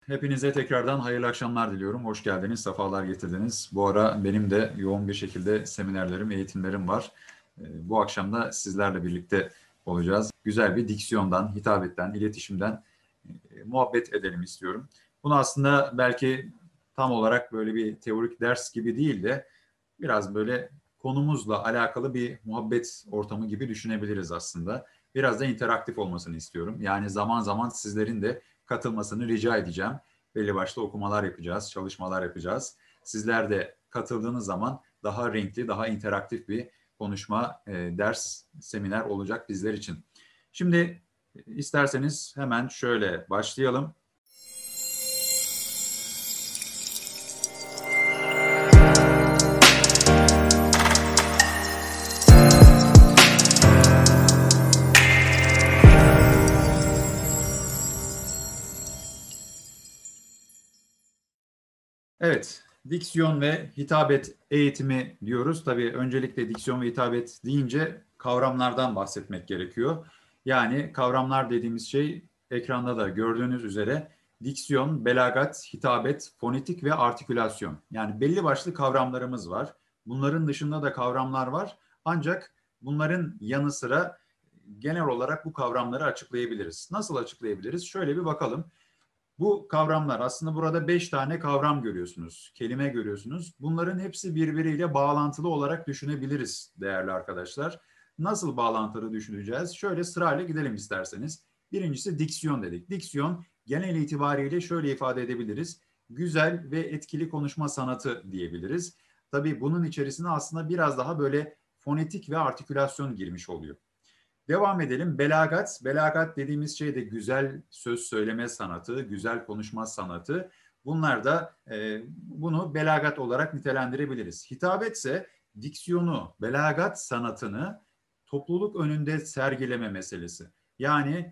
Hepinize tekrardan hayırlı akşamlar diliyorum. Hoş geldiniz, sefalar getirdiniz. Bu ara benim de yoğun bir şekilde seminerlerim, eğitimlerim var. Bu akşam da sizlerle birlikte olacağız. Güzel bir diksiyondan, hitabetten, iletişimden muhabbet edelim istiyorum. Bunu aslında belki tam olarak böyle bir teorik ders gibi değil de biraz böyle konumuzla alakalı bir muhabbet ortamı gibi düşünebiliriz aslında. Biraz da interaktif olmasını istiyorum. Yani zaman zaman sizlerin de katılmasını rica edeceğim. Belli başlı okumalar yapacağız, çalışmalar yapacağız. Sizler de katıldığınız zaman daha renkli, daha interaktif bir konuşma, ders, seminer olacak bizler için. Şimdi isterseniz hemen şöyle başlayalım. Evet, diksiyon ve hitabet eğitimi diyoruz. Tabii öncelikle diksiyon ve hitabet deyince kavramlardan bahsetmek gerekiyor. Yani kavramlar dediğimiz şey ekranda da gördüğünüz üzere diksiyon, belagat, hitabet, fonetik ve artikülasyon. Yani belli başlı kavramlarımız var. Bunların dışında da kavramlar var. Ancak bunların yanı sıra genel olarak bu kavramları açıklayabiliriz. Nasıl açıklayabiliriz? Şöyle bir bakalım. Bu kavramlar aslında burada 5 tane kavram görüyorsunuz, kelime görüyorsunuz. Bunların hepsi birbiriyle bağlantılı olarak düşünebiliriz değerli arkadaşlar. Nasıl bağlantılı düşüneceğiz? Şöyle sırayla gidelim isterseniz. Birincisi diksiyon dedik. Diksiyon genel itibariyle şöyle ifade edebiliriz. Güzel ve etkili konuşma sanatı diyebiliriz. Tabii bunun içerisine aslında biraz daha böyle fonetik ve artikülasyon girmiş oluyor. Devam edelim. Belagat. Belagat dediğimiz şey de güzel söz söyleme sanatı, güzel konuşma sanatı. Bunlar da bunu belagat olarak nitelendirebiliriz. Hitabet ise diksiyonu, belagat sanatını topluluk önünde sergileme meselesi. Yani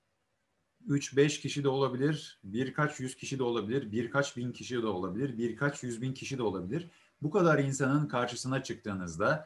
3-5 kişi de olabilir, birkaç yüz kişi de olabilir, birkaç bin kişi de olabilir, birkaç yüz bin kişi de olabilir. Bu kadar insanın karşısına çıktığınızda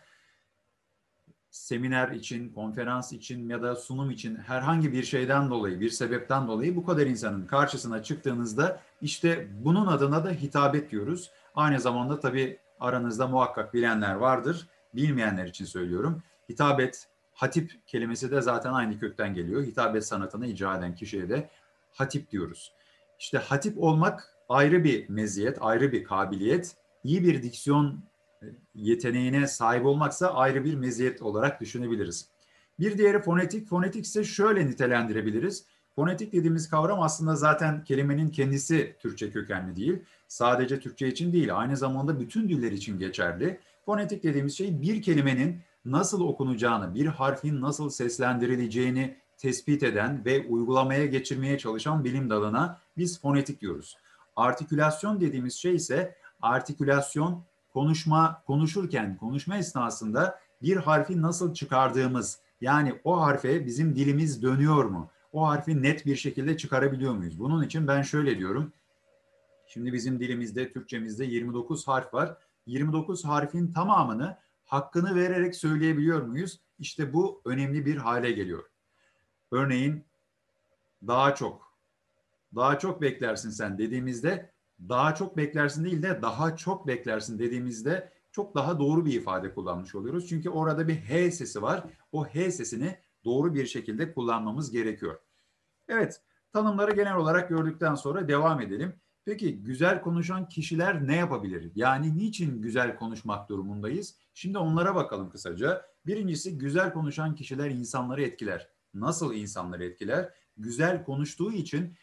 seminer için, konferans için ya da sunum için herhangi bir şeyden dolayı, bir sebepten dolayı bu kadar insanın karşısına çıktığınızda işte bunun adına da hitabet diyoruz. Aynı zamanda tabii aranızda muhakkak bilenler vardır. Bilmeyenler için söylüyorum. Hitabet, hatip kelimesi de zaten aynı kökten geliyor. Hitabet sanatını icra eden kişiye de hatip diyoruz. İşte hatip olmak ayrı bir meziyet, ayrı bir kabiliyet. İyi bir diksiyon yeteneğine sahip olmaksa ayrı bir meziyet olarak düşünebiliriz. Bir diğeri fonetik. Fonetik ise şöyle nitelendirebiliriz. Fonetik dediğimiz kavram aslında zaten kelimenin kendisi Türkçe kökenli değil. Sadece Türkçe için değil, aynı zamanda bütün diller için geçerli. Fonetik dediğimiz şey bir kelimenin nasıl okunacağını, bir harfin nasıl seslendirileceğini tespit eden ve uygulamaya geçirmeye çalışan bilim dalına biz fonetik diyoruz. Artikülasyon dediğimiz şey ise artikülasyon konuşurken, konuşma esnasında bir harfi nasıl çıkardığımız, yani o harfe bizim dilimiz dönüyor mu? O harfi net bir şekilde çıkarabiliyor muyuz? Bunun için ben şöyle diyorum. Şimdi bizim dilimizde, Türkçemizde 29 harf var. 29 harfin tamamını hakkını vererek söyleyebiliyor muyuz? İşte bu önemli bir hale geliyor. Örneğin daha çok, daha çok beklersin sen dediğimizde daha çok beklersin değil de daha çok beklersin dediğimizde çok daha doğru bir ifade kullanmış oluyoruz. Çünkü orada bir H sesi var. O H sesini doğru bir şekilde kullanmamız gerekiyor. Evet, tanımları genel olarak gördükten sonra devam edelim. Peki güzel konuşan kişiler ne yapabilir? Yani niçin güzel konuşmak durumundayız? Şimdi onlara bakalım kısaca. Birincisi güzel konuşan kişiler insanları etkiler. Nasıl insanları etkiler? Güzel konuştuğu için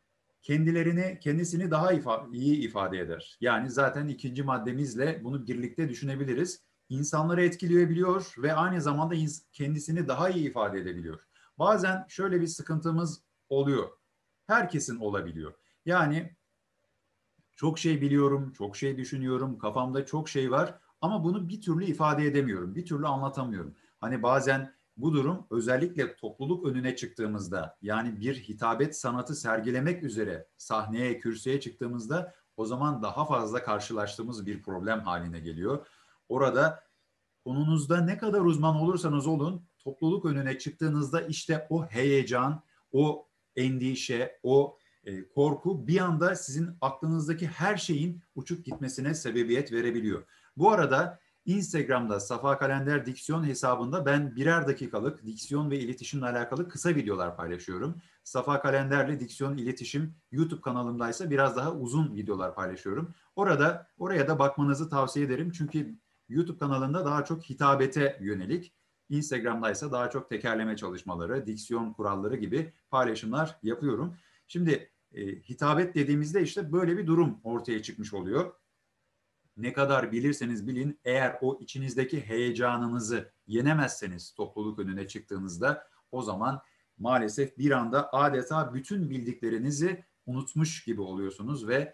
kendisini daha iyi ifade eder. Yani zaten ikinci maddemizle bunu birlikte düşünebiliriz. İnsanları etkileyebiliyor ve aynı zamanda kendisini daha iyi ifade edebiliyor. Bazen şöyle bir sıkıntımız oluyor. Herkesin olabiliyor. Yani çok şey biliyorum, çok şey düşünüyorum, kafamda çok şey var ama bunu bir türlü ifade edemiyorum, bir türlü anlatamıyorum. Hani bazen bu durum özellikle topluluk önüne çıktığımızda yani bir hitabet sanatı sergilemek üzere sahneye, kürsüye çıktığımızda o zaman daha fazla karşılaştığımız bir problem haline geliyor. Orada konunuzda ne kadar uzman olursanız olun topluluk önüne çıktığınızda işte o heyecan, o endişe, o korku bir anda sizin aklınızdaki her şeyin uçup gitmesine sebebiyet verebiliyor. Bu arada Instagram'da Safa Kalender Diksiyon hesabında ben birer dakikalık diksiyon ve iletişimle alakalı kısa videolar paylaşıyorum. Safa Kalender'le Diksiyon İletişim YouTube kanalımdaysa biraz daha uzun videolar paylaşıyorum. Oraya da bakmanızı tavsiye ederim. Çünkü YouTube kanalında daha çok hitabete yönelik, Instagram'daysa daha çok tekerleme çalışmaları, diksiyon kuralları gibi paylaşımlar yapıyorum. Şimdi hitabet dediğimizde işte böyle bir durum ortaya çıkmış oluyor. Ne kadar bilirseniz bilin, eğer o içinizdeki heyecanınızı yenemezseniz topluluk önüne çıktığınızda, o zaman maalesef bir anda adeta bütün bildiklerinizi unutmuş gibi oluyorsunuz ve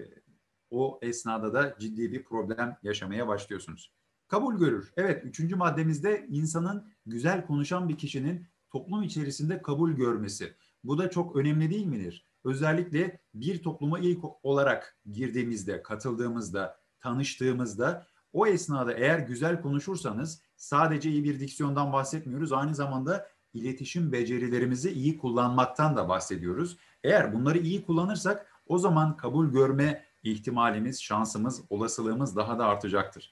o esnada da ciddi bir problem yaşamaya başlıyorsunuz. Kabul görür. Evet, üçüncü maddemizde insanın, güzel konuşan bir kişinin toplum içerisinde kabul görmesi. Bu da çok önemli değil midir? Özellikle bir topluma ilk olarak girdiğimizde, katıldığımızda, tanıştığımızda, o esnada eğer güzel konuşursanız, sadece iyi bir diksiyondan bahsetmiyoruz, aynı zamanda iletişim becerilerimizi iyi kullanmaktan da bahsediyoruz. Eğer bunları iyi kullanırsak, o zaman kabul görme ihtimalimiz, şansımız, olasılığımız daha da artacaktır.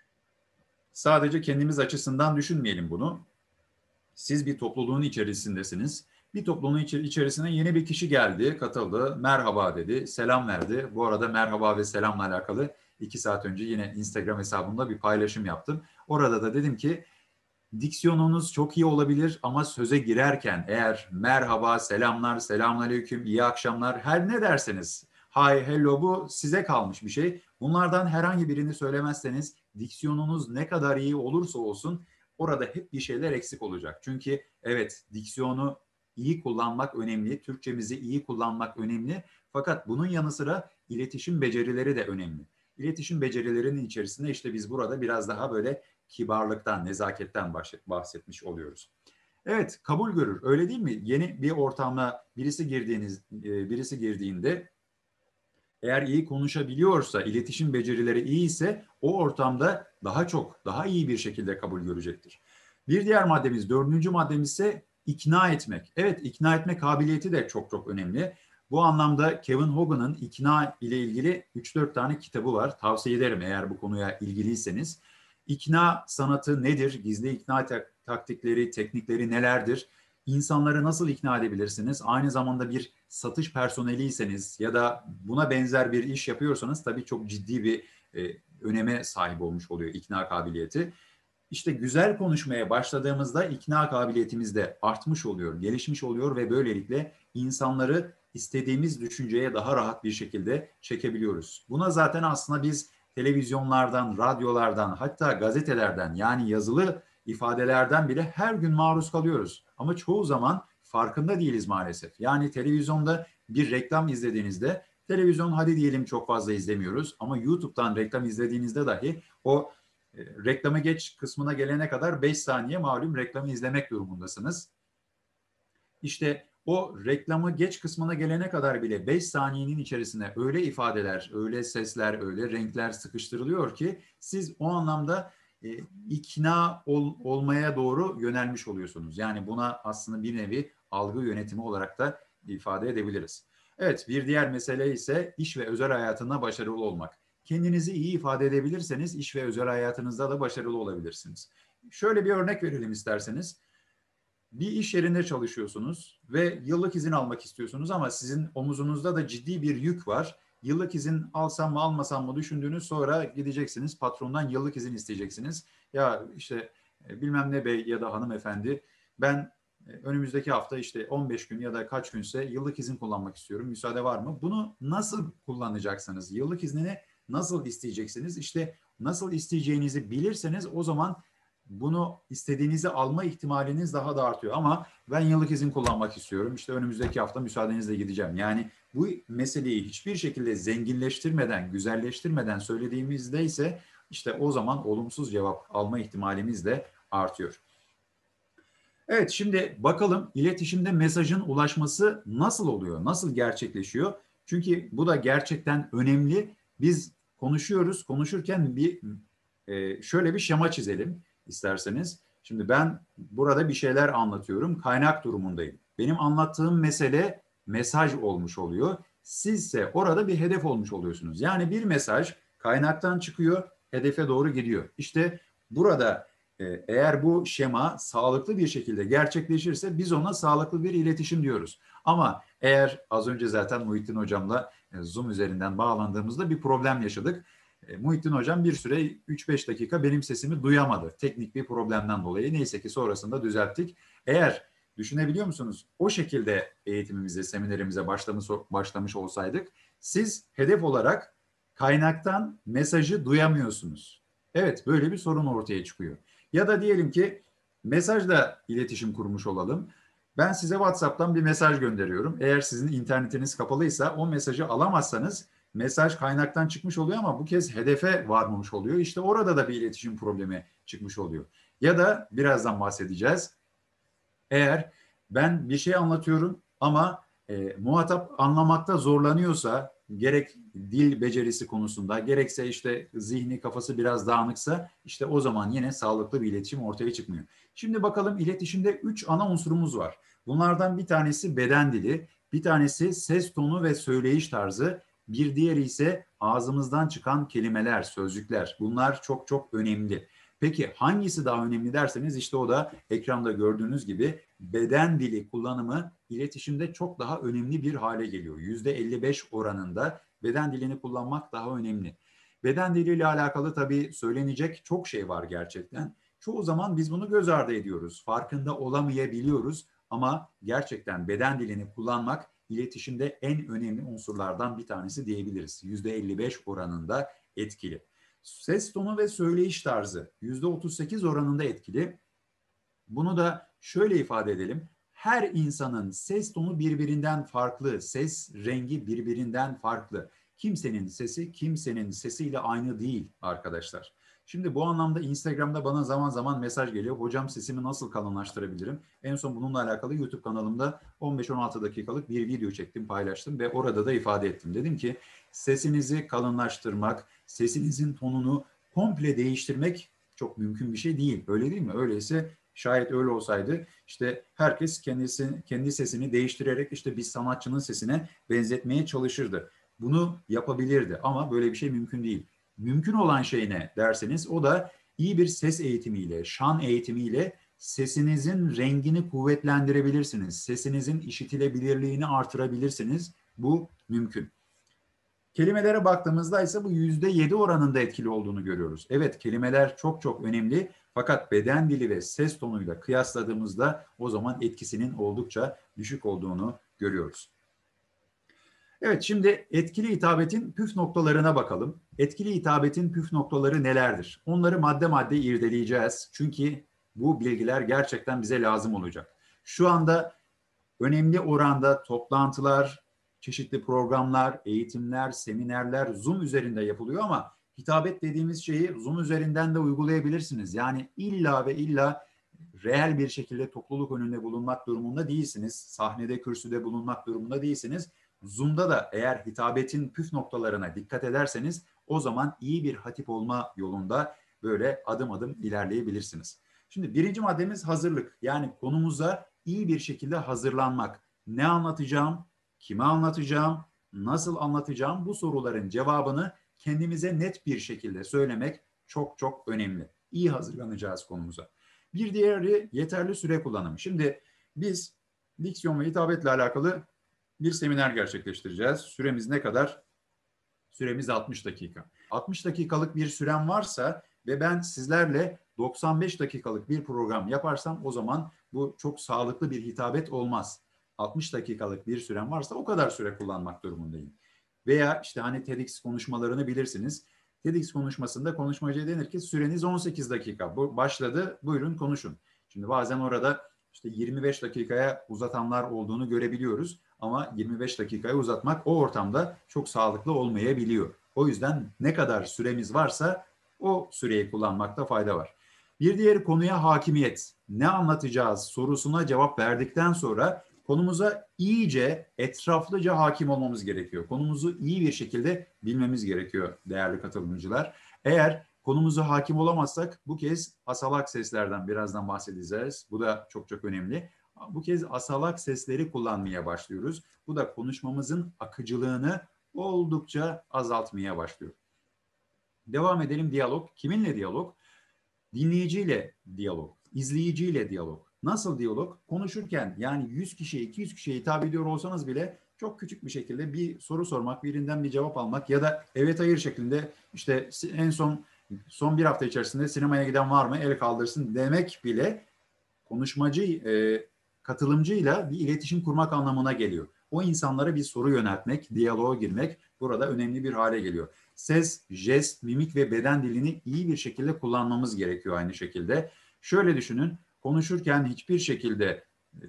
Sadece kendimiz açısından düşünmeyelim bunu. Siz bir topluluğun içerisindesiniz. Bir topluluğun içerisine yeni bir kişi geldi, katıldı, merhaba dedi, selam verdi. Bu arada merhaba ve selamla alakalı 2 saat önce yine Instagram hesabımda bir paylaşım yaptım. Orada da dedim ki, diksiyonunuz çok iyi olabilir ama söze girerken eğer merhaba, selamlar, selamünaleyküm, iyi akşamlar, her ne derseniz, hi, hello, bu size kalmış bir şey. Bunlardan herhangi birini söylemezseniz, diksiyonunuz ne kadar iyi olursa olsun orada hep bir şeyler eksik olacak. Çünkü evet, diksiyonu iyi kullanmak önemli, Türkçemizi iyi kullanmak önemli. Fakat bunun yanı sıra iletişim becerileri de önemli. İletişim becerilerinin içerisinde işte biz burada biraz daha böyle kibarlıktan, nezaketten bahsetmiş oluyoruz. Evet, kabul görür. Öyle değil mi? Yeni bir ortamda birisi girdiğinde, eğer iyi konuşabiliyorsa, iletişim becerileri iyi ise, o ortamda daha iyi bir şekilde kabul görecektir. Bir diğer maddemiz, dördüncü maddemiz ise ikna etmek. Evet, ikna etme kabiliyeti de çok çok önemli. Bu anlamda Kevin Hogan'ın ikna ile ilgili 3-4 tane kitabı var. Tavsiye ederim eğer bu konuya ilgiliyseniz. İkna sanatı nedir? Gizli ikna taktikleri, teknikleri nelerdir? İnsanları nasıl ikna edebilirsiniz? Aynı zamanda bir satış personeliyseniz ya da buna benzer bir iş yapıyorsanız tabii çok ciddi bir öneme sahip olmuş oluyor ikna kabiliyeti. İşte güzel konuşmaya başladığımızda ikna kabiliyetimiz de artmış oluyor, gelişmiş oluyor ve böylelikle insanları istediğimiz düşünceye daha rahat bir şekilde çekebiliyoruz. Buna zaten aslında biz televizyonlardan, radyolardan, hatta gazetelerden, yani yazılı ifadelerden bile her gün maruz kalıyoruz. Ama çoğu zaman farkında değiliz maalesef. Yani televizyonda bir reklam izlediğinizde, televizyon hadi diyelim çok fazla izlemiyoruz ama YouTube'dan reklam izlediğinizde dahi o reklamı geç kısmına gelene kadar 5 saniye malum reklamı izlemek durumundasınız. İşte o reklamı geç kısmına gelene kadar bile 5 saniyenin içerisine öyle ifadeler, öyle sesler, öyle renkler sıkıştırılıyor ki siz o anlamda ikna olmaya doğru yönelmiş oluyorsunuz. Yani buna aslında bir nevi algı yönetimi olarak da ifade edebiliriz. Evet, bir diğer mesele ise iş ve özel hayatında başarılı olmak. Kendinizi iyi ifade edebilirseniz iş ve özel hayatınızda da başarılı olabilirsiniz. Şöyle bir örnek verelim isterseniz. Bir iş yerinde çalışıyorsunuz ve yıllık izin almak istiyorsunuz ama sizin omuzunuzda da ciddi bir yük var. Yıllık izin alsam mı almasam mı düşündüğünüz, sonra gideceksiniz patrondan yıllık izin isteyeceksiniz. Ya işte bilmem ne bey ya da hanımefendi, ben önümüzdeki hafta işte 15 gün ya da kaç günse yıllık izin kullanmak istiyorum. Müsaade var mı? Bunu nasıl kullanacaksınız? Yıllık iznini nasıl isteyeceksiniz? İşte nasıl isteyeceğinizi bilirseniz o zaman bunu istediğinizi alma ihtimaliniz daha da artıyor. Ama ben yıllık izin kullanmak istiyorum, İşte önümüzdeki hafta müsaadenizle gideceğim. Yani bu meseleyi hiçbir şekilde zenginleştirmeden, güzelleştirmeden söylediğimizde ise işte o zaman olumsuz cevap alma ihtimalimiz de artıyor. Evet, şimdi bakalım iletişimde mesajın ulaşması nasıl oluyor, nasıl gerçekleşiyor? Çünkü bu da gerçekten önemli. Biz konuşurken şöyle bir şema çizelim isterseniz. Şimdi ben burada bir şeyler anlatıyorum, kaynak durumundayım. Benim anlattığım mesele mesaj olmuş oluyor. Sizse orada bir hedef olmuş oluyorsunuz. Yani bir mesaj kaynaktan çıkıyor, hedefe doğru gidiyor. İşte burada eğer bu şema sağlıklı bir şekilde gerçekleşirse biz ona sağlıklı bir iletişim diyoruz. Ama eğer az önce zaten Muhittin Hocam'la Zoom üzerinden bağlandığımızda bir problem yaşadık. Muhittin Hocam bir süre 3-5 dakika benim sesimi duyamadı. Teknik bir problemden dolayı. Neyse ki sonrasında düzelttik. Eğer düşünebiliyor musunuz? O şekilde eğitimimize, seminerimize başlamış olsaydık siz hedef olarak kaynaktan mesajı duyamıyorsunuz. Evet, böyle bir sorun ortaya çıkıyor. Ya da diyelim ki mesajla iletişim kurmuş olalım. Ben size WhatsApp'tan bir mesaj gönderiyorum. Eğer sizin internetiniz kapalıysa o mesajı alamazsanız mesaj kaynaktan çıkmış oluyor ama bu kez hedefe varmamış oluyor. İşte orada da bir iletişim problemi çıkmış oluyor. Ya da birazdan bahsedeceğiz. Eğer ben bir şey anlatıyorum ama muhatap anlamakta zorlanıyorsa, gerek dil becerisi konusunda, gerekse işte zihni kafası biraz dağınıksa, işte o zaman yine sağlıklı bir iletişim ortaya çıkmıyor. Şimdi bakalım, iletişimde 3 ana unsurumuz var. Bunlardan bir tanesi beden dili, bir tanesi ses tonu ve söyleyiş tarzı, bir diğeri ise ağzımızdan çıkan kelimeler, sözcükler. Bunlar çok çok önemli. Peki hangisi daha önemli derseniz, işte o da ekranda gördüğünüz gibi beden dili kullanımı iletişimde çok daha önemli bir hale geliyor. %55 oranında beden dilini kullanmak daha önemli. Beden diliyle alakalı tabii söylenecek çok şey var gerçekten. Çoğu zaman biz bunu göz ardı ediyoruz. Farkında olamayabiliyoruz ama gerçekten beden dilini kullanmak iletişimde en önemli unsurlardan bir tanesi diyebiliriz. %55 oranında etkili. Ses tonu ve söyleyiş tarzı %38 oranında etkili. Bunu da şöyle ifade edelim. Her insanın ses tonu birbirinden farklı, ses rengi birbirinden farklı. Kimsenin sesi kimsenin sesiyle aynı değil arkadaşlar. Şimdi bu anlamda Instagram'da bana zaman zaman mesaj geliyor. Hocam sesimi nasıl kalınlaştırabilirim? En son bununla alakalı YouTube kanalımda 15-16 dakikalık bir video çektim, paylaştım ve orada da ifade ettim. Dedim ki sesinizi kalınlaştırmak, sesinizin tonunu komple değiştirmek çok mümkün bir şey değil. Öyle değil mi? Öyleyse şayet öyle olsaydı işte herkes kendi sesini değiştirerek işte bir sanatçının sesine benzetmeye çalışırdı. Bunu yapabilirdi ama böyle bir şey mümkün değil. Mümkün olan şey ne derseniz, o da iyi bir ses eğitimiyle, şan eğitimiyle sesinizin rengini kuvvetlendirebilirsiniz. Sesinizin işitilebilirliğini artırabilirsiniz. Bu mümkün. Kelimelere baktığımızda ise bu %7 oranında etkili olduğunu görüyoruz. Evet, kelimeler çok çok önemli fakat beden dili ve ses tonuyla kıyasladığımızda o zaman etkisinin oldukça düşük olduğunu görüyoruz. Evet, şimdi etkili hitabetin püf noktalarına bakalım. Etkili hitabetin püf noktaları nelerdir? Onları madde madde irdeleyeceğiz. Çünkü bu bilgiler gerçekten bize lazım olacak. Şu anda önemli oranda toplantılar, çeşitli programlar, eğitimler, seminerler Zoom üzerinde yapılıyor ama hitabet dediğimiz şeyi Zoom üzerinden de uygulayabilirsiniz. Yani illa ve illa reel bir şekilde topluluk önünde bulunmak durumunda değilsiniz. Sahnede, kürsüde bulunmak durumunda değilsiniz. Zoom'da da eğer hitabetin püf noktalarına dikkat ederseniz o zaman iyi bir hatip olma yolunda böyle adım adım ilerleyebilirsiniz. Şimdi birinci maddemiz hazırlık. Yani konumuza iyi bir şekilde hazırlanmak. Ne anlatacağım, kime anlatacağım, nasıl anlatacağım, bu soruların cevabını kendimize net bir şekilde söylemek çok çok önemli. İyi hazırlanacağız konumuza. Bir diğeri yeterli süre kullanımı. Şimdi biz diksiyon ve hitabetle alakalı bir seminer gerçekleştireceğiz. Süremiz ne kadar? Süremiz 60 dakika. 60 dakikalık bir sürem varsa ve ben sizlerle 95 dakikalık bir program yaparsam o zaman bu çok sağlıklı bir hitabet olmaz. 60 dakikalık bir sürem varsa o kadar süre kullanmak durumundayım. Veya işte hani TEDx konuşmalarını bilirsiniz. TEDx konuşmasında konuşmacıya denir ki süreniz 18 dakika. Bu başladı, buyurun konuşun. Şimdi bazen orada işte 25 dakikaya uzatanlar olduğunu görebiliyoruz. Ama 25 dakikaya uzatmak o ortamda çok sağlıklı olmayabiliyor. O yüzden ne kadar süremiz varsa o süreyi kullanmakta fayda var. Bir diğeri konuya hakimiyet. Ne anlatacağız sorusuna cevap verdikten sonra konumuza iyice, etraflıca hakim olmamız gerekiyor. Konumuzu iyi bir şekilde bilmemiz gerekiyor değerli katılımcılar. Eğer konumuza hakim olamazsak bu kez asalak seslerden birazdan bahsedeceğiz. Bu da çok çok önemli. Bu kez asalak sesleri kullanmaya başlıyoruz. Bu da konuşmamızın akıcılığını oldukça azaltmaya başlıyor. Devam edelim diyalog. Kiminle diyalog? Dinleyiciyle diyalog, izleyiciyle diyalog. Nasıl diyalog? Konuşurken yani 100 kişiye, 200 kişiye hitap ediyor olsanız bile çok küçük bir şekilde bir soru sormak, birinden bir cevap almak ya da evet hayır şeklinde işte en son bir hafta içerisinde sinemaya giden var mı el kaldırsın demek bile konuşmacı, katılımcıyla bir iletişim kurmak anlamına geliyor. O insanlara bir soru yöneltmek, diyaloğa girmek burada önemli bir hale geliyor. Ses, jest, mimik ve beden dilini iyi bir şekilde kullanmamız gerekiyor aynı şekilde. Şöyle düşünün, konuşurken hiçbir şekilde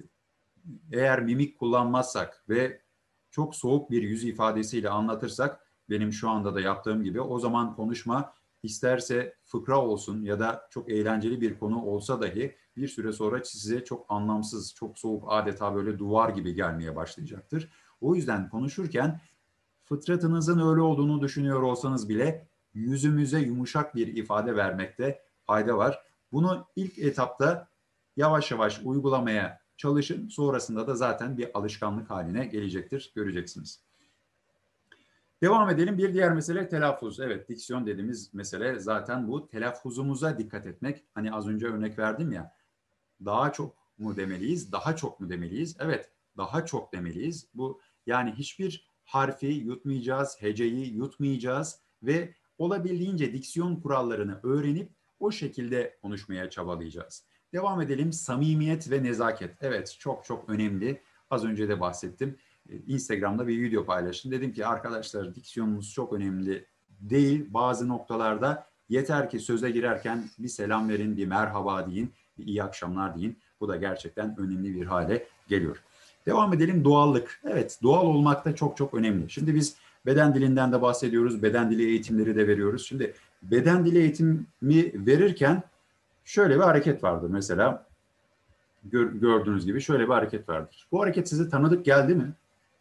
eğer mimik kullanmazsak ve çok soğuk bir yüz ifadesiyle anlatırsak, benim şu anda da yaptığım gibi, o zaman konuşma isterse fıkra olsun ya da çok eğlenceli bir konu olsa dahi bir süre sonra size çok anlamsız, çok soğuk, adeta böyle duvar gibi gelmeye başlayacaktır. O yüzden konuşurken fıtratınızın öyle olduğunu düşünüyor olsanız bile yüzümüze yumuşak bir ifade vermekte fayda var. Bunu ilk etapta yavaş yavaş uygulamaya çalışın. Sonrasında da zaten bir alışkanlık haline gelecektir. Göreceksiniz. Devam edelim. Bir diğer mesele telaffuz. Evet, diksiyon dediğimiz mesele zaten bu. Telaffuzumuza dikkat etmek. Hani az önce örnek verdim ya. Daha çok mu demeliyiz, daha çok mu demeliyiz? Evet, daha çok demeliyiz. Bu yani hiçbir harfi yutmayacağız, heceyi yutmayacağız ve olabildiğince diksiyon kurallarını öğrenip o şekilde konuşmaya çabalayacağız. Devam edelim. Samimiyet ve nezaket. Evet, çok çok önemli. Az önce de bahsettim. Instagram'da bir video paylaştım. Dedim ki arkadaşlar, diksiyonumuz çok önemli değil. Bazı noktalarda yeter ki söze girerken bir selam verin, bir merhaba deyin, bir iyi akşamlar deyin. Bu da gerçekten önemli bir hale geliyor. Devam edelim, doğallık. Evet, doğal olmak da çok çok önemli. Şimdi biz beden dilinden de bahsediyoruz, beden dili eğitimleri de veriyoruz. Şimdi beden dili eğitimi verirken şöyle bir hareket vardır mesela. Gördüğünüz gibi şöyle bir hareket vardır. Bu hareket size tanıdık geldi mi?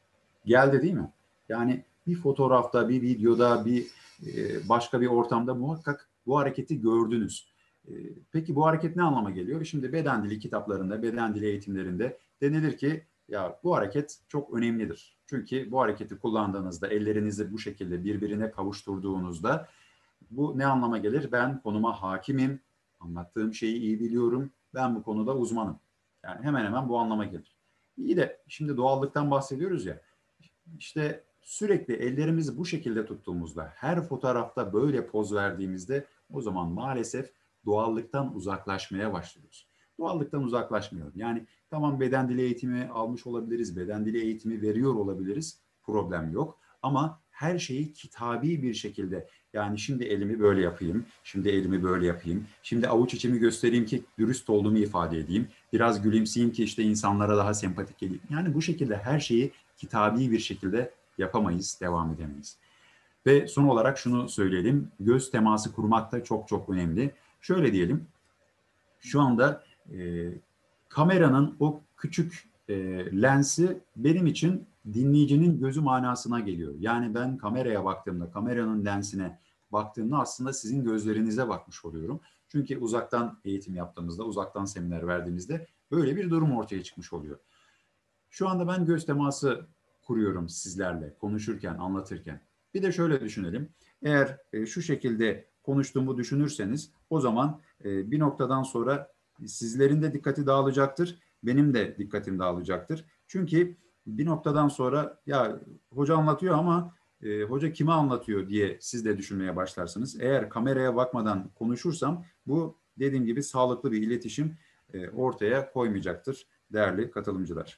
Geldi değil mi? Yani bir fotoğrafta, bir videoda, bir başka bir ortamda muhakkak bu hareketi gördünüz. Peki bu hareket ne anlama geliyor? Şimdi beden dili kitaplarında, beden dili eğitimlerinde denilir ki ya bu hareket çok önemlidir. Çünkü bu hareketi kullandığınızda, ellerinizi bu şekilde birbirine kavuşturduğunuzda bu ne anlama gelir? Ben konuma hakimim, anlattığım şeyi iyi biliyorum, ben bu konuda uzmanım. Yani hemen hemen bu anlama gelir. İyi de şimdi doğallıktan bahsediyoruz ya. İşte sürekli ellerimizi bu şekilde tuttuğumuzda, her fotoğrafta böyle poz verdiğimizde o zaman maalesef doğallıktan uzaklaşmaya başlıyoruz. Doğallıktan uzaklaşmıyor. Yani tamam, beden dili eğitimi almış olabiliriz, beden dili eğitimi veriyor olabiliriz, problem yok. Ama her şeyi kitabi bir şekilde, yani şimdi elimi böyle yapayım, şimdi elimi böyle yapayım, şimdi avuç içimi göstereyim ki dürüst olduğumu ifade edeyim, biraz gülümseyeyim ki işte insanlara daha sempatik geleyim. Yani bu şekilde her şeyi kitabi bir şekilde yapamayız, devam edemeyiz. Ve son olarak şunu söyleyelim, göz teması kurmak da çok çok önemli. Şöyle diyelim, şu anda kameranın o küçük lensi benim için dinleyicinin gözü manasına geliyor. Yani ben kameraya baktığımda, kameranın lensine baktığımda aslında sizin gözlerinize bakmış oluyorum. Çünkü uzaktan eğitim yaptığımızda, uzaktan seminer verdiğimizde böyle bir durum ortaya çıkmış oluyor. Şu anda ben göz teması kuruyorum sizlerle, konuşurken, anlatırken. Bir de şöyle düşünelim. Eğer şu şekilde konuştuğumu düşünürseniz o zaman bir noktadan sonra sizlerin de dikkati dağılacaktır. Benim de dikkatim dağılacaktır. Çünkü bir noktadan sonra ya hoca anlatıyor ama hoca kime anlatıyor diye siz de düşünmeye başlarsınız. Eğer kameraya bakmadan konuşursam bu dediğim gibi sağlıklı bir iletişim ortaya koymayacaktır değerli katılımcılar.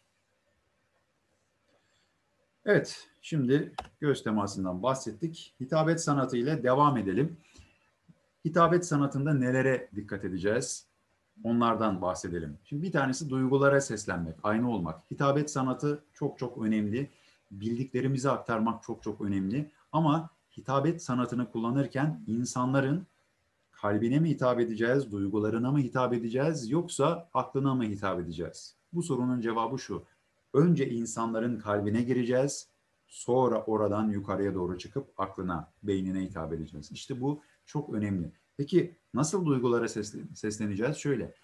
Evet, şimdi göz temasından bahsettik. Hitabet sanatı ile devam edelim. Hitabet sanatında nelere dikkat edeceğiz? Onlardan bahsedelim. Şimdi bir tanesi duygulara seslenmek, aynı olmak. Hitabet sanatı çok çok önemli. Bildiklerimizi aktarmak çok çok önemli. Ama hitabet sanatını kullanırken insanların kalbine mi hitap edeceğiz, duygularına mı hitap edeceğiz, yoksa aklına mı hitap edeceğiz? Bu sorunun cevabı şu. Önce insanların kalbine gireceğiz, sonra oradan yukarıya doğru çıkıp aklına, beynine hitap edeceğiz. İşte bu çok önemli. Peki nasıl duygulara sesleneceğiz? Şöyle,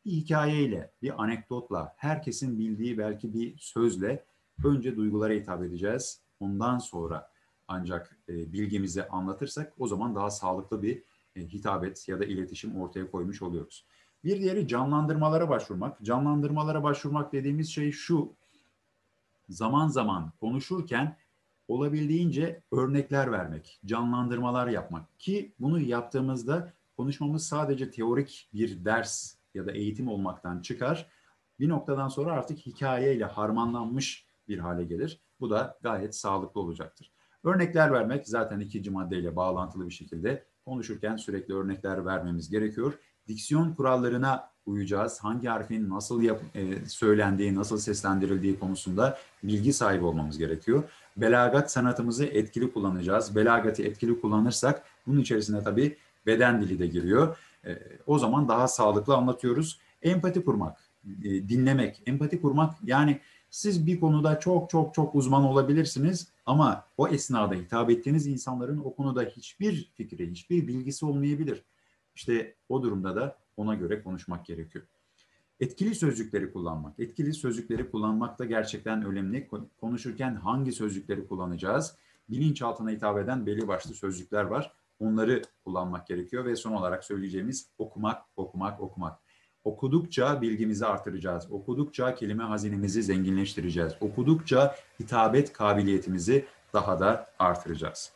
bir hikayeyle, bir anekdotla, herkesin bildiği belki bir sözle önce duygulara hitap edeceğiz. Ondan sonra ancak bilgimizi anlatırsak o zaman daha sağlıklı bir hitabet ya da iletişim ortaya koymuş oluyoruz. Bir diğeri canlandırmalara başvurmak. Canlandırmalara başvurmak dediğimiz şey şu: zaman zaman konuşurken olabildiğince örnekler vermek, canlandırmalar yapmak ki bunu yaptığımızda konuşmamız sadece teorik bir ders ya da eğitim olmaktan çıkar. Bir noktadan sonra artık hikayeyle harmanlanmış bir hale gelir. Bu da gayet sağlıklı olacaktır. Örnekler vermek zaten ikinci maddeyle bağlantılı bir şekilde konuşurken sürekli örnekler vermemiz gerekiyor. Diksiyon kurallarına uyacağız. Hangi harfin nasıl söylendiği, nasıl seslendirildiği konusunda bilgi sahibi olmamız gerekiyor. Belagat sanatımızı etkili kullanacağız. Belagatı etkili kullanırsak bunun içerisine tabii beden dili de giriyor. O zaman daha sağlıklı anlatıyoruz. Empati kurmak, dinlemek. Empati kurmak yani siz bir konuda çok çok çok uzman olabilirsiniz ama o esnada hitap ettiğiniz insanların o konuda hiçbir fikri, hiçbir bilgisi olmayabilir. İşte o durumda da ona göre konuşmak gerekiyor. Etkili sözcükleri kullanmak. Etkili sözcükleri kullanmak da gerçekten önemli. Konuşurken hangi sözcükleri kullanacağız? Bilinçaltına hitap eden belli başlı sözcükler var. Onları kullanmak gerekiyor ve son olarak söyleyeceğimiz okumak, okumak, okumak. Okudukça bilgimizi artıracağız. Okudukça kelime hazinemizi zenginleştireceğiz. Okudukça hitabet kabiliyetimizi daha da artıracağız.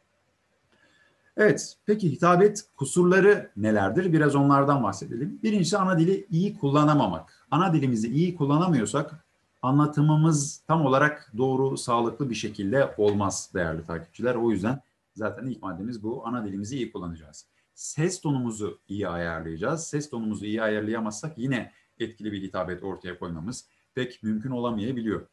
Evet, peki hitabet kusurları nelerdir? Biraz onlardan bahsedelim. Birincisi ana dili iyi kullanamamak. Ana dilimizi iyi kullanamıyorsak anlatımımız tam olarak doğru, sağlıklı bir şekilde olmaz değerli takipçiler. O yüzden zaten ilk maddemiz bu. Ana dilimizi iyi kullanacağız. Ses tonumuzu iyi ayarlayacağız. Ses tonumuzu iyi ayarlayamazsak yine etkili bir hitabet ortaya koymamız pek mümkün olamayabiliyor.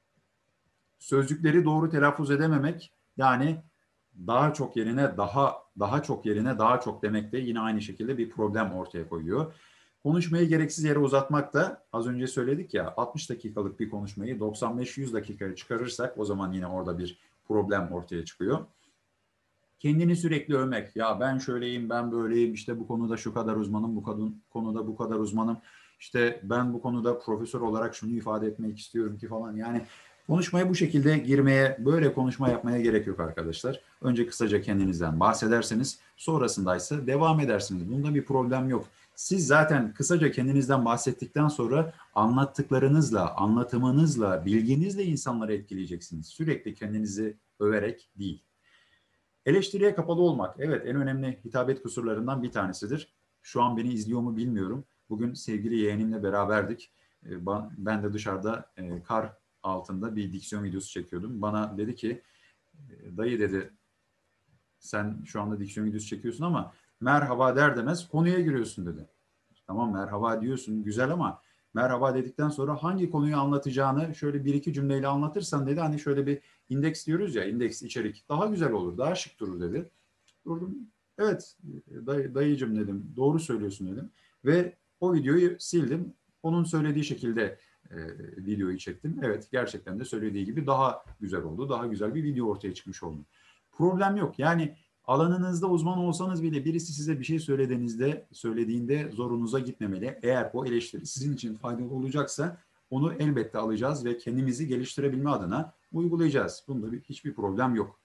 Sözcükleri doğru telaffuz edememek, yani daha çok yerine daha çok yerine daha çok demek de yine aynı şekilde bir problem ortaya koyuyor. Konuşmayı gereksiz yere uzatmak da az önce söyledik ya, 60 dakikalık bir konuşmayı 95-100 dakikaya çıkarırsak o zaman yine orada bir problem ortaya çıkıyor. Kendini sürekli övmek, ya ben şöyleyim, ben böyleyim, işte bu konuda şu kadar uzmanım, bu konuda bu kadar uzmanım, işte ben bu konuda profesör olarak şunu ifade etmek istiyorum ki falan. Yani konuşmaya bu şekilde girmeye, böyle konuşma yapmaya gerek yok arkadaşlar. Önce kısaca kendinizden bahsederseniz, sonrasında ise devam edersiniz. Bunda bir problem yok. Siz zaten kısaca kendinizden bahsettikten sonra anlattıklarınızla, anlatımınızla, bilginizle insanları etkileyeceksiniz. Sürekli kendinizi överek değil. Eleştiriye kapalı olmak, evet, en önemli hitabet kusurlarından bir tanesidir. Şu an beni izliyor mu bilmiyorum. Bugün sevgili yeğenimle beraberdik. Ben de dışarıda kar altında bir diksiyon videosu çekiyordum. Bana dedi ki, dayı dedi, sen şu anda diksiyon videosu çekiyorsun ama merhaba der demez konuya giriyorsun dedi. Tamam, merhaba diyorsun, güzel, ama merhaba dedikten sonra hangi konuyu anlatacağını şöyle bir iki cümleyle anlatırsan dedi. Hani şöyle bir indeks diyoruz ya, indeks içerik daha güzel olur, daha şık durur dedi. Durdum. Evet dayıcım dedim. Doğru söylüyorsun dedim. Ve o videoyu sildim. Onun söylediği şekilde videoyu çektim. Evet, gerçekten de söylediği gibi daha güzel oldu. Daha güzel bir video ortaya çıkmış oldu. Problem yok. Yani alanınızda uzman olsanız bile birisi size bir şey söylediğinde zorunuza gitmemeli. Eğer o eleştiri sizin için faydalı olacaksa onu elbette alacağız ve kendimizi geliştirebilme adına uygulayacağız. Bunda hiçbir problem yok.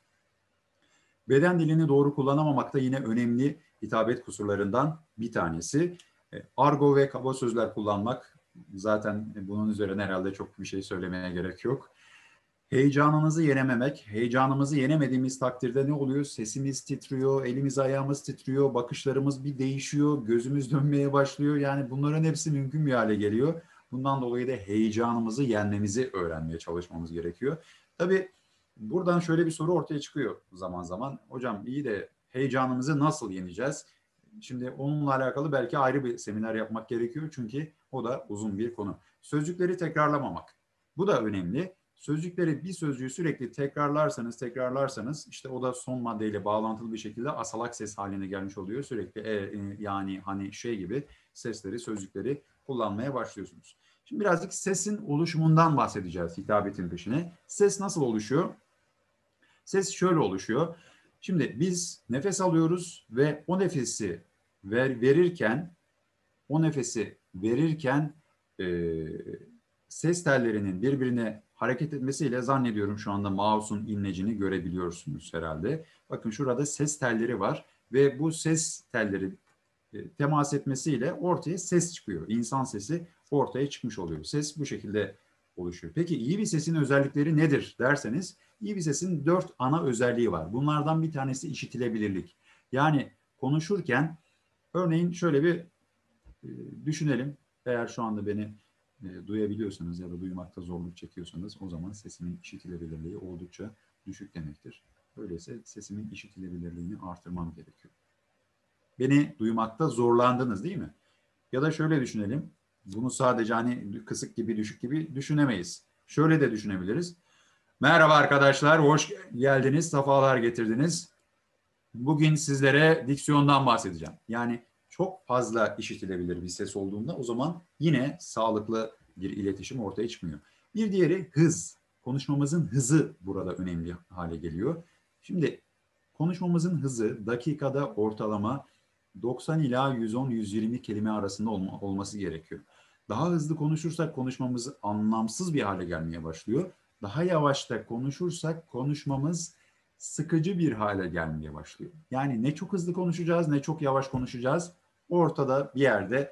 Beden dilini doğru kullanamamak da yine önemli hitabet kusurlarından bir tanesi. Argo ve kaba sözler kullanmak, zaten bunun üzerine herhalde çok bir şey söylemeye gerek yok. Heyecanınızı yenememek. Heyecanımızı yenemediğimiz takdirde ne oluyor? Sesimiz titriyor, elimiz ayağımız titriyor, bakışlarımız bir değişiyor, gözümüz dönmeye başlıyor. Yani bunların hepsi mümkün bir hale geliyor. Bundan dolayı da heyecanımızı yenmemizi öğrenmeye çalışmamız gerekiyor. Tabii buradan şöyle bir soru ortaya çıkıyor zaman zaman. Hocam iyi de heyecanımızı nasıl yeneceğiz? Şimdi onunla alakalı belki ayrı bir seminer yapmak gerekiyor. Çünkü o da uzun bir konu. Sözcükleri tekrarlamamak. Bu da önemli. Sözcükleri, bir sözcüğü sürekli tekrarlarsanız işte o da son maddeyle bağlantılı bir şekilde asalak ses haline gelmiş oluyor. Sürekli yani, hani, şey gibi sesleri, sözcükleri kullanmaya başlıyorsunuz. Şimdi birazcık sesin oluşumundan bahsedeceğiz hitabetin peşine. Ses nasıl oluşuyor? Ses şöyle oluşuyor. Şimdi biz nefes alıyoruz ve o nefesi verirken, o nefesi verirken ses tellerinin birbirine hareket etmesiyle zannediyorum şu anda mouse'un inlecini görebiliyorsunuz herhalde. Bakın şurada ses telleri var ve bu ses telleri temas etmesiyle ortaya ses çıkıyor. İnsan sesi ortaya çıkmış oluyor. Ses bu şekilde oluşuyor. Peki iyi bir sesin özellikleri nedir derseniz, iyi bir sesin 4 ana özelliği var. Bunlardan bir tanesi işitilebilirlik. Yani konuşurken örneğin şöyle bir düşünelim. Eğer şu anda beni duyabiliyorsanız ya da duymakta zorluk çekiyorsanız o zaman sesimin işitilebilirliği oldukça düşük demektir. Öyleyse sesimin işitilebilirliğini artırmam gerekiyor. Beni duymakta zorlandınız değil mi? Ya da şöyle düşünelim. Bunu sadece hani kısık gibi, düşük gibi düşünemeyiz. Şöyle de düşünebiliriz. Merhaba arkadaşlar, hoş geldiniz, sefalar getirdiniz. Bugün sizlere diksiyondan bahsedeceğim. Yani çok fazla işitilebilir bir ses olduğunda o zaman yine sağlıklı bir iletişim ortaya çıkmıyor. Bir diğeri hız. Konuşmamızın hızı burada önemli hale geliyor. Şimdi konuşmamızın hızı dakikada ortalama 90 ila 110-120 kelime arasında olması gerekiyor. Daha hızlı konuşursak konuşmamız anlamsız bir hale gelmeye başlıyor. Daha yavaş da konuşursak konuşmamız sıkıcı bir hale gelmeye başlıyor. Yani ne çok hızlı konuşacağız ne çok yavaş konuşacağız. Ortada bir yerde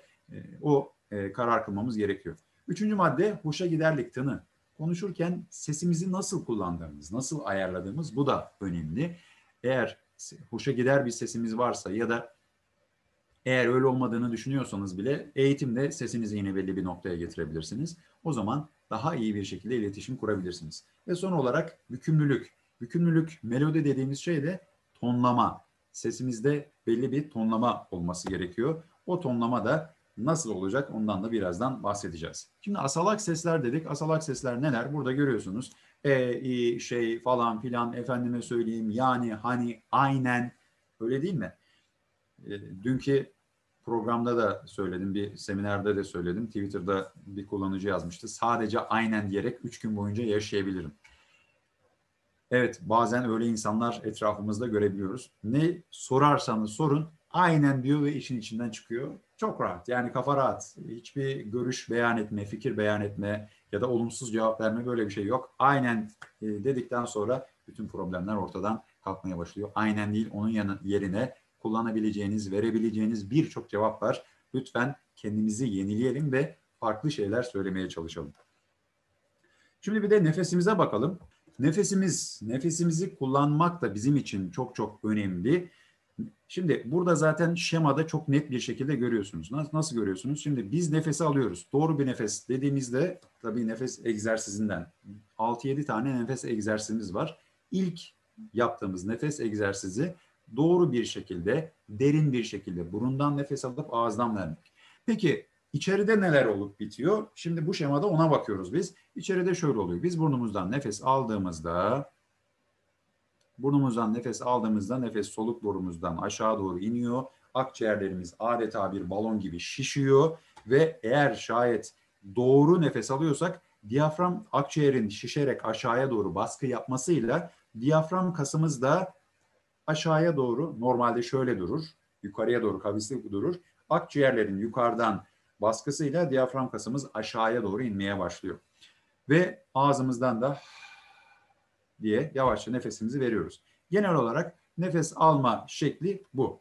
karar kılmamız gerekiyor. Üçüncü madde hoşa giderlik, tını. Konuşurken sesimizi nasıl kullandığımız, nasıl ayarladığımız bu da önemli. Eğer hoşa gider bir sesimiz varsa ya da eğer öyle olmadığını düşünüyorsanız bile eğitimde sesinizi yine belli bir noktaya getirebilirsiniz. O zaman daha iyi bir şekilde iletişim kurabilirsiniz. Ve son olarak bükümlülük. Bükümlülük, melodi dediğimiz şey de tonlama. Sesimizde belli bir tonlama olması gerekiyor. O tonlama da nasıl olacak ondan da birazdan bahsedeceğiz. Şimdi asalak sesler dedik. Asalak sesler neler? Burada görüyorsunuz. Şey falan filan, efendime söyleyeyim, yani, hani, aynen, öyle değil mi? Dünkü programda da söyledim, bir seminerde de söyledim. Twitter'da bir kullanıcı yazmıştı. Sadece aynen diyerek 3 gün boyunca yaşayabilirim. Evet, bazen öyle insanlar etrafımızda görebiliyoruz. Ne sorarsanız sorun, aynen diyor ve işin içinden çıkıyor. Çok rahat, yani kafa rahat. Hiçbir görüş beyan etme, fikir beyan etme ya da olumsuz cevap verme, böyle bir şey yok. Aynen dedikten sonra bütün problemler ortadan kalkmaya başlıyor. Aynen değil, onun yerine kullanabileceğiniz, verebileceğiniz birçok cevap var. Lütfen kendimizi yenileyelim ve farklı şeyler söylemeye çalışalım. Şimdi bir de nefesimize bakalım. Nefesimizi kullanmak da bizim için çok çok önemli. Şimdi burada zaten şemada çok net bir şekilde görüyorsunuz. Nasıl görüyorsunuz? Şimdi biz nefesi alıyoruz. Doğru bir nefes dediğimizde tabii nefes egzersizinden 6-7 tane nefes egzersizimiz var. İlk yaptığımız nefes egzersizi doğru bir şekilde, derin bir şekilde burundan nefes alıp ağızdan vermek. Peki içeride neler olup bitiyor? Şimdi bu şemada ona bakıyoruz biz. İçeride şöyle oluyor. Biz burnumuzdan nefes aldığımızda nefes soluk borumuzdan aşağı doğru iniyor. Akciğerlerimiz adeta bir balon gibi şişiyor ve eğer şayet doğru nefes alıyorsak diyafram akciğerin şişerek aşağıya doğru baskı yapmasıyla diyafram kasımız da aşağıya doğru normalde şöyle durur. Yukarıya doğru kavisli durur. Akciğerlerin yukarıdan baskısıyla diyafram kasımız aşağıya doğru inmeye başlıyor. Ve ağzımızdan da diye yavaşça nefesimizi veriyoruz. Genel olarak nefes alma şekli bu.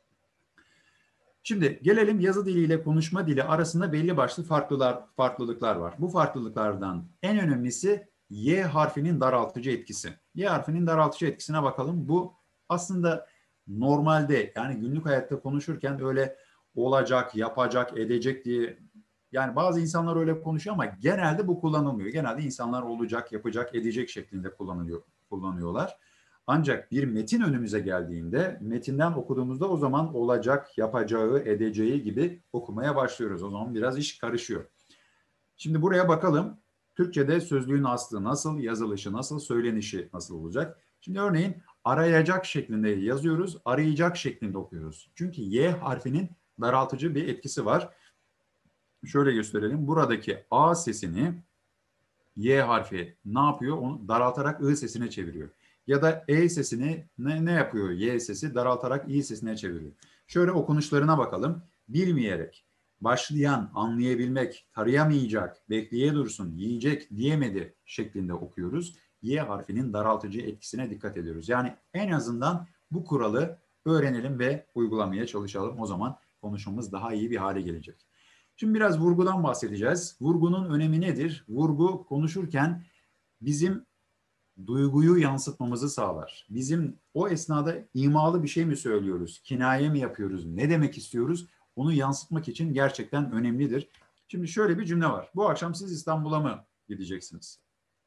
Şimdi gelelim yazı dili ile konuşma dili arasında belli başlı farklılıklar var. Bu farklılıklardan en önemlisi Y harfinin daraltıcı etkisi. Y harfinin daraltıcı etkisine bakalım. Bu aslında normalde yani günlük hayatta konuşurken öyle olacak, yapacak, edecek diye, yani bazı insanlar öyle konuşuyor ama genelde bu kullanılmıyor. Genelde insanlar olacak, yapacak, edecek şeklinde kullanıyorlar. Ancak bir metin önümüze geldiğinde metinden okuduğumuzda o zaman olacak, yapacağı, edeceği gibi okumaya başlıyoruz. O zaman biraz iş karışıyor. Şimdi buraya bakalım. Türkçe'de sözlüğün aslı nasıl, yazılışı nasıl, söylenişi nasıl olacak? Şimdi örneğin arayacak şeklinde yazıyoruz, arayacak şeklinde okuyoruz. Çünkü Y harfinin daraltıcı bir etkisi var. Şöyle gösterelim. Buradaki A sesini Y harfi ne yapıyor? Onu daraltarak I sesine çeviriyor. Ya da E sesini ne yapıyor? Y sesi daraltarak İ sesine çeviriyor. Şöyle okunuşlarına bakalım. Bilmeyerek, başlayan, anlayabilmek, tarayamayacak, bekleye dursun, yiyecek diyemedi şeklinde okuyoruz. Y harfinin daraltıcı etkisine dikkat ediyoruz. Yani en azından bu kuralı öğrenelim ve uygulamaya çalışalım. O zaman konuşmamız daha iyi bir hale gelecek. Şimdi biraz vurgudan bahsedeceğiz. Vurgunun önemi nedir? Vurgu konuşurken bizim duyguyu yansıtmamızı sağlar. Bizim o esnada imalı bir şey mi söylüyoruz, kinaye mi yapıyoruz, ne demek istiyoruz? Onu yansıtmak için gerçekten önemlidir. Şimdi şöyle bir cümle var. Bu akşam siz İstanbul'a mı gideceksiniz?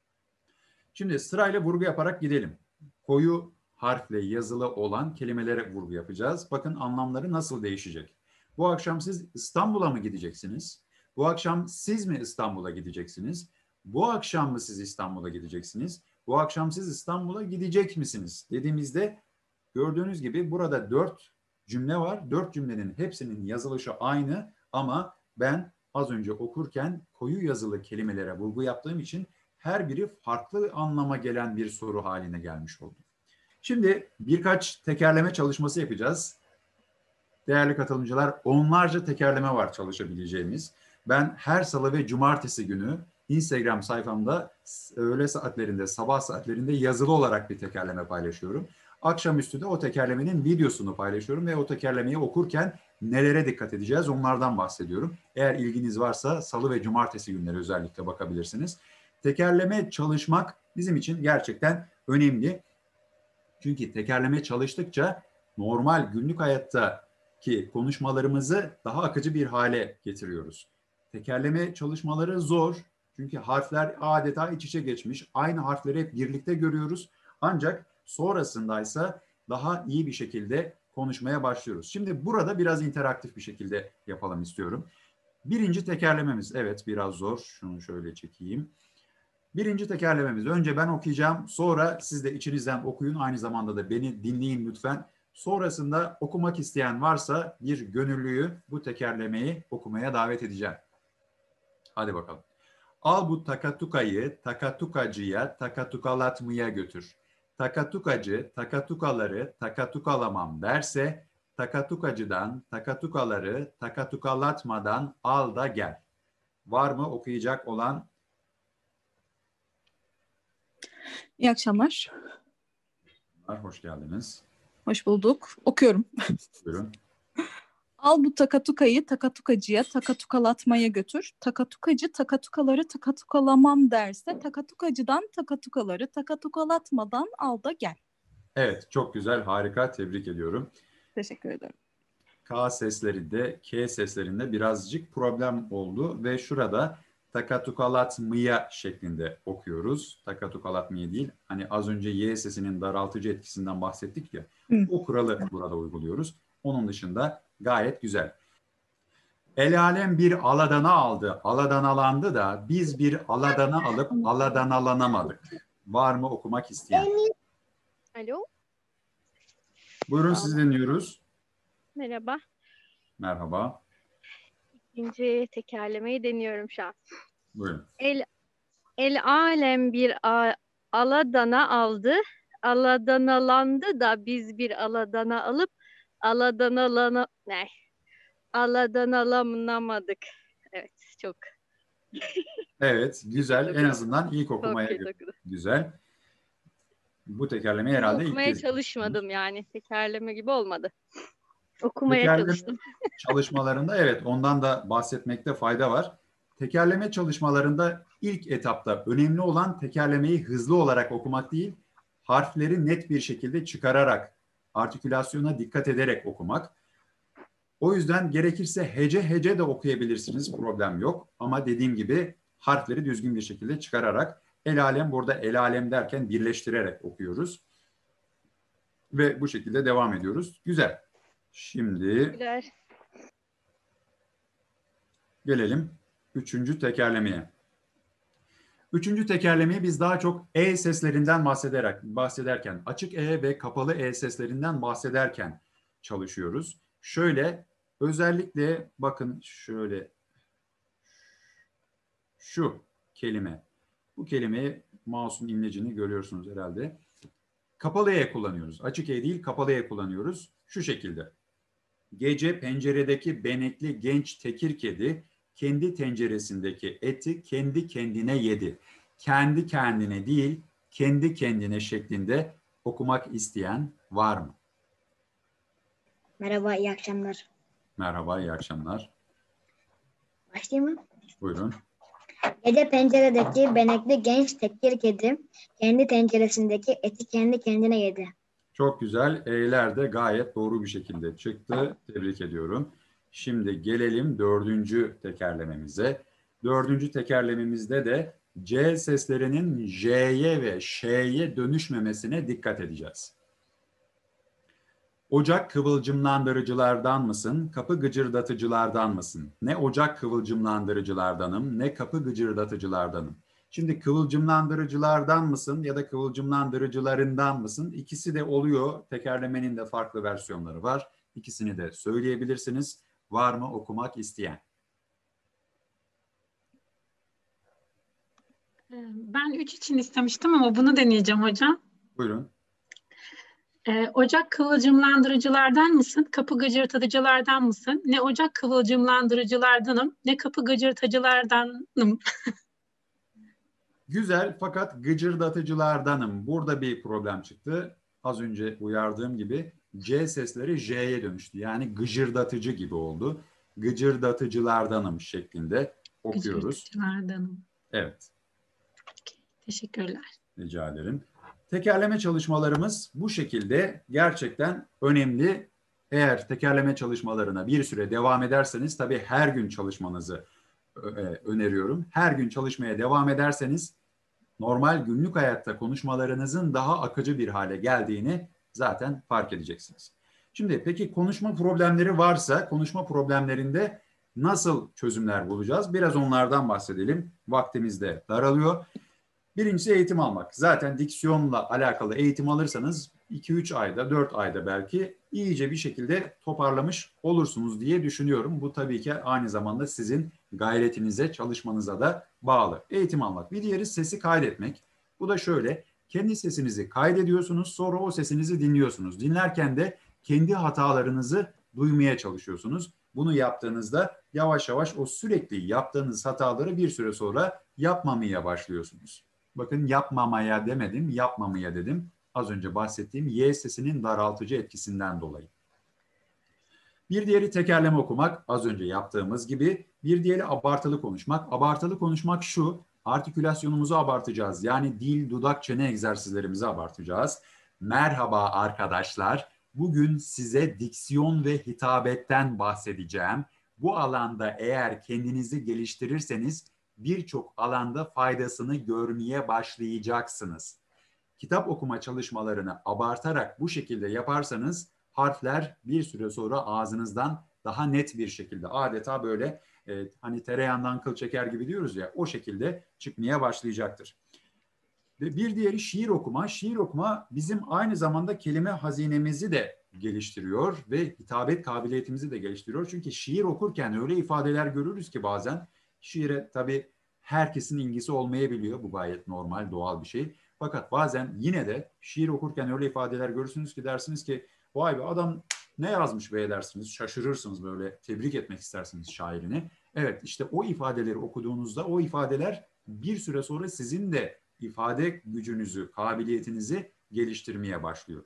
Şimdi sırayla vurgu yaparak gidelim. Koyu harfle yazılı olan kelimelere vurgu yapacağız. Bakın anlamları nasıl değişecek. Bu akşam siz İstanbul'a mı gideceksiniz? Bu akşam siz mi İstanbul'a gideceksiniz? Bu akşam mı siz İstanbul'a gideceksiniz? Bu akşam siz İstanbul'a gidecek misiniz? Dediğimizde gördüğünüz gibi burada 4 cümle var. 4 cümlenin hepsinin yazılışı aynı ama ben az önce okurken koyu yazılı kelimelere vurgu yaptığım için her biri farklı anlama gelen bir soru haline gelmiş oldu. Şimdi birkaç tekerleme çalışması yapacağız. Değerli katılımcılar, onlarca tekerleme var çalışabileceğimiz. Ben her salı ve cumartesi günü Instagram sayfamda öğle saatlerinde, sabah saatlerinde yazılı olarak bir tekerleme paylaşıyorum. Akşamüstü de o tekerlemenin videosunu paylaşıyorum ve o tekerlemeyi okurken nelere dikkat edeceğiz onlardan bahsediyorum. Eğer ilginiz varsa salı ve cumartesi günleri özellikle bakabilirsiniz. Tekerleme çalışmak bizim için gerçekten önemli. Çünkü tekerleme çalıştıkça normal günlük hayattaki konuşmalarımızı daha akıcı bir hale getiriyoruz. Tekerleme çalışmaları zor. Çünkü harfler adeta iç içe geçmiş. Aynı harfleri hep birlikte görüyoruz. Ancak sonrasındaysa daha iyi bir şekilde konuşmaya başlıyoruz. Şimdi burada biraz interaktif bir şekilde yapalım istiyorum. Birinci tekerlememiz, evet biraz zor. Şunu şöyle çekeyim. Birinci tekerlememiz. Önce ben okuyacağım. Sonra siz de içinizden okuyun. Aynı zamanda da beni dinleyin lütfen. Sonrasında okumak isteyen varsa bir gönüllüyü bu tekerlemeyi okumaya davet edeceğim. Hadi bakalım. Al bu takatukayı takatukacıya takatukalatmaya götür. Takatukacı takatukaları takatukalamam derse takatukacıdan takatukaları takatukalatmadan al da gel. Var mı okuyacak olan? İyi akşamlar. Hoş geldiniz. Hoş bulduk. Okuyorum. Buyurun. Al bu takatukayı takatukacıya takatukalatmaya götür. Takatukacı takatukaları takatukalamam derse takatukacıdan takatukaları takatukalatmadan al da gel. Evet, çok güzel, harika. Tebrik ediyorum. Teşekkür ederim. K seslerinde, K seslerinde birazcık problem oldu ve şurada takatukalatmaya şeklinde okuyoruz. Takatukalatmaya değil. Hani az önce Y sesinin daraltıcı etkisinden bahsettik ya. O kuralı burada uyguluyoruz. Onun dışında gayet güzel. El alem bir aladana aldı, aladanalandı da biz bir aladana alıp aladanalanamadık. Var mı okumak isteyen? Alo. Buyurun sizi dinliyoruz. Merhaba. Merhaba. İkinci tekerlemeyi deniyorum şu an. Buyurun. El alem bir aladana aldı. Aladanalandı da biz bir aladana alıp aladanalanamadık. Evet, çok. Evet, güzel. En azından ilk Çok okumaya kötü okudum. güzel. Bu tekerleme herhalde ilk Okumaya kez. çalışmadım yani. Tekerleme gibi olmadı. Okumaya Tekerleme çalıştım. çalışmalarında evet ondan da bahsetmekte fayda var. Tekerleme çalışmalarında ilk etapta önemli olan tekerlemeyi hızlı olarak okumak değil, harfleri net bir şekilde çıkararak, artikülasyona dikkat ederek okumak. O yüzden gerekirse hece hece de okuyabilirsiniz, problem yok. Ama dediğim gibi harfleri düzgün bir şekilde çıkararak, el alem burada el alem derken birleştirerek okuyoruz. Ve bu şekilde devam ediyoruz. Güzel. Şimdi gelelim üçüncü tekerlemeye. Üçüncü tekerlemeyi biz daha çok E seslerinden bahsederken, açık E ve kapalı E seslerinden bahsederken çalışıyoruz. Şöyle özellikle bakın şöyle şu kelime. Bu kelimeyi mouse'un imlecini görüyorsunuz herhalde. Kapalı E kullanıyoruz. Açık E değil kapalı E kullanıyoruz. Şu şekilde. Gece penceredeki benekli genç tekir kedi kendi tenceresindeki eti kendi kendine yedi. Kendi kendine değil, kendi kendine şeklinde okumak isteyen var mı? Merhaba, iyi akşamlar. Merhaba, iyi akşamlar. Başlayayım mı? Buyurun. Gece penceredeki benekli genç tekir kedi kendi tenceresindeki eti kendi kendine yedi. Çok güzel. E'ler de gayet doğru bir şekilde çıktı. Tebrik ediyorum. Şimdi gelelim dördüncü tekerlememize. Dördüncü tekerlememizde de C seslerinin J'ye ve Ş'ye dönüşmemesine dikkat edeceğiz. Ocak kıvılcımlandırıcılardan mısın, kapı gıcırdatıcılardan mısın? Ne ocak kıvılcımlandırıcılardanım, ne kapı gıcırdatıcılardanım. Şimdi kıvılcımlandırıcılardan mısın ya da kıvılcımlandırıcılarından mısın? İkisi de oluyor. Tekerlemenin de farklı versiyonları var. İkisini de söyleyebilirsiniz. Var mı okumak isteyen? Ben 3 için istemiştim ama bunu deneyeceğim hocam. Buyurun. Ocak kıvılcımlandırıcılardan mısın? Kapı gıcırtıcılardan mısın? Ne ocak kıvılcımlandırıcılardanım, ne kapı gıcırtıcılardanım. Güzel fakat gıcırdatıcılardanım. Burada bir problem çıktı. Az önce uyardığım gibi C sesleri J'ye dönüştü. Yani gıcırdatıcı gibi oldu. Gıcırdatıcılardanım şeklinde okuyoruz. Gıcırtıcılardanım. Evet, Teşekkürler. rica ederim. Tekerleme çalışmalarımız bu şekilde gerçekten önemli. Eğer tekerleme çalışmalarına bir süre devam ederseniz, tabii her gün çalışmanızı öneriyorum. Her gün çalışmaya devam ederseniz normal günlük hayatta konuşmalarınızın daha akıcı bir hale geldiğini zaten fark edeceksiniz. Şimdi peki konuşma problemleri varsa konuşma problemlerinde nasıl çözümler bulacağız? Biraz onlardan bahsedelim. Vaktimiz de daralıyor. Birincisi eğitim almak. Zaten diksiyonla alakalı eğitim alırsanız 2-3 ayda, 4 ayda belki iyice bir şekilde toparlamış olursunuz diye düşünüyorum. Bu tabii ki aynı zamanda sizin gayretinize, çalışmanıza da bağlı. Eğitim almak. Bir diğeri sesi kaydetmek. Bu da şöyle, kendi sesinizi kaydediyorsunuz, sonra o sesinizi dinliyorsunuz. Dinlerken de kendi hatalarınızı duymaya çalışıyorsunuz. Bunu yaptığınızda yavaş yavaş o sürekli yaptığınız hataları bir süre sonra yapmamaya başlıyorsunuz. Bakın yapmamaya demedim, yapmamaya dedim. Az önce bahsettiğim Y sesinin daraltıcı etkisinden dolayı. Bir diğeri tekerleme okumak, az önce yaptığımız gibi. Bir diğeri abartılı konuşmak. Abartılı konuşmak şu, artikülasyonumuzu abartacağız. Yani dil, dudak, çene egzersizlerimizi abartacağız. Merhaba arkadaşlar, bugün size diksiyon ve hitabetten bahsedeceğim. Bu alanda eğer kendinizi geliştirirseniz birçok alanda faydasını görmeye başlayacaksınız. Kitap okuma çalışmalarını abartarak bu şekilde yaparsanız harfler bir süre sonra ağzınızdan daha net bir şekilde adeta böyle hani tereyağından kıl çeker gibi diyoruz ya, o şekilde çıkmaya başlayacaktır. Ve bir diğeri şiir okuma. Şiir okuma bizim aynı zamanda kelime hazinemizi de geliştiriyor ve hitabet kabiliyetimizi de geliştiriyor. Çünkü şiir okurken öyle ifadeler görürüz ki bazen şiire tabii herkesin ilgisi olmayabiliyor. Bu gayet normal, doğal bir şey. Fakat bazen yine de şiir okurken öyle ifadeler görürsünüz ki dersiniz ki vay be adam ne yazmış be dersiniz. Şaşırırsınız, böyle tebrik etmek istersiniz şairini. Evet, işte o ifadeleri okuduğunuzda o ifadeler bir süre sonra sizin de ifade gücünüzü, kabiliyetinizi geliştirmeye başlıyor.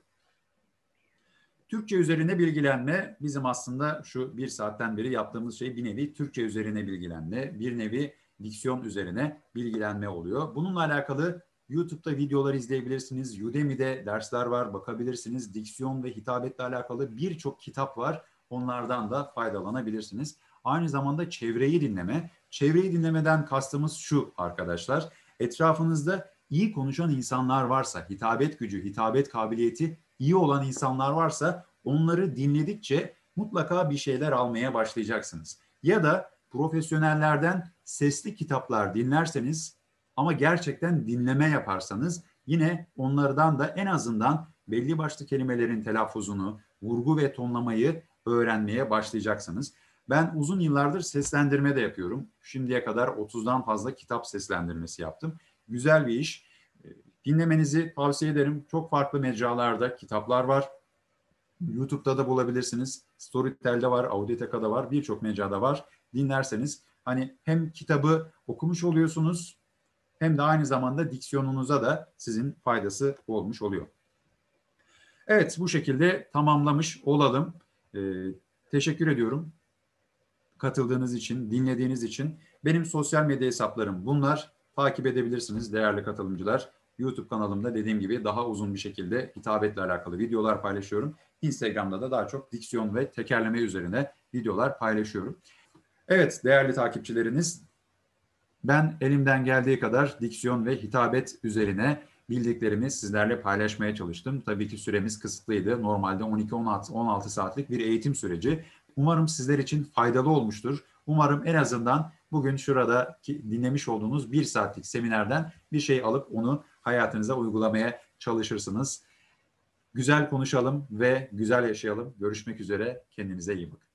Türkçe üzerine bilgilenme bizim aslında şu bir saatten beri yaptığımız şey bir nevi Türkçe üzerine bilgilenme, bir nevi diksiyon üzerine bilgilenme oluyor. Bununla alakalı YouTube'da videolar izleyebilirsiniz. Udemy'de dersler var, bakabilirsiniz. Diksiyon ve hitabetle alakalı birçok kitap var. Onlardan da faydalanabilirsiniz. Aynı zamanda çevreyi dinleme. Çevreyi dinlemeden kastımız şu arkadaşlar. Etrafınızda iyi konuşan insanlar varsa, hitabet gücü, hitabet kabiliyeti iyi olan insanlar varsa onları dinledikçe mutlaka bir şeyler almaya başlayacaksınız. Ya da profesyonellerden sesli kitaplar dinlerseniz ama gerçekten dinleme yaparsanız yine onlardan da en azından belli başlı kelimelerin telaffuzunu, vurgu ve tonlamayı öğrenmeye başlayacaksınız. Ben uzun yıllardır seslendirme de yapıyorum. Şimdiye kadar 30'dan fazla kitap seslendirmesi yaptım. Güzel bir iş. Dinlemenizi tavsiye ederim. Çok farklı mecralarda kitaplar var. YouTube'da da bulabilirsiniz. Storytel'de var, Audioteka'da var, birçok mecrada var. Dinlerseniz hani hem kitabı okumuş oluyorsunuz hem de aynı zamanda diksiyonunuza da sizin faydası olmuş oluyor. Evet, bu şekilde tamamlamış olalım. Teşekkür ediyorum katıldığınız için, dinlediğiniz için. Benim sosyal medya hesaplarım bunlar. Takip edebilirsiniz değerli katılımcılar. YouTube kanalımda dediğim gibi daha uzun bir şekilde hitabetle alakalı videolar paylaşıyorum. Instagram'da da daha çok diksiyon ve tekerleme üzerine videolar paylaşıyorum. Evet değerli takipçileriniz, ben elimden geldiği kadar diksiyon ve hitabet üzerine bildiklerimi sizlerle paylaşmaya çalıştım. Tabii ki süremiz kısıtlıydı. Normalde 12-16 saatlik bir eğitim süreci. Umarım sizler için faydalı olmuştur. Umarım en azından bugün şurada dinlemiş olduğunuz 1 saatlik seminerden bir şey alıp onu hayatınıza uygulamaya çalışırsınız. Güzel konuşalım ve güzel yaşayalım. Görüşmek üzere. Kendinize iyi bakın.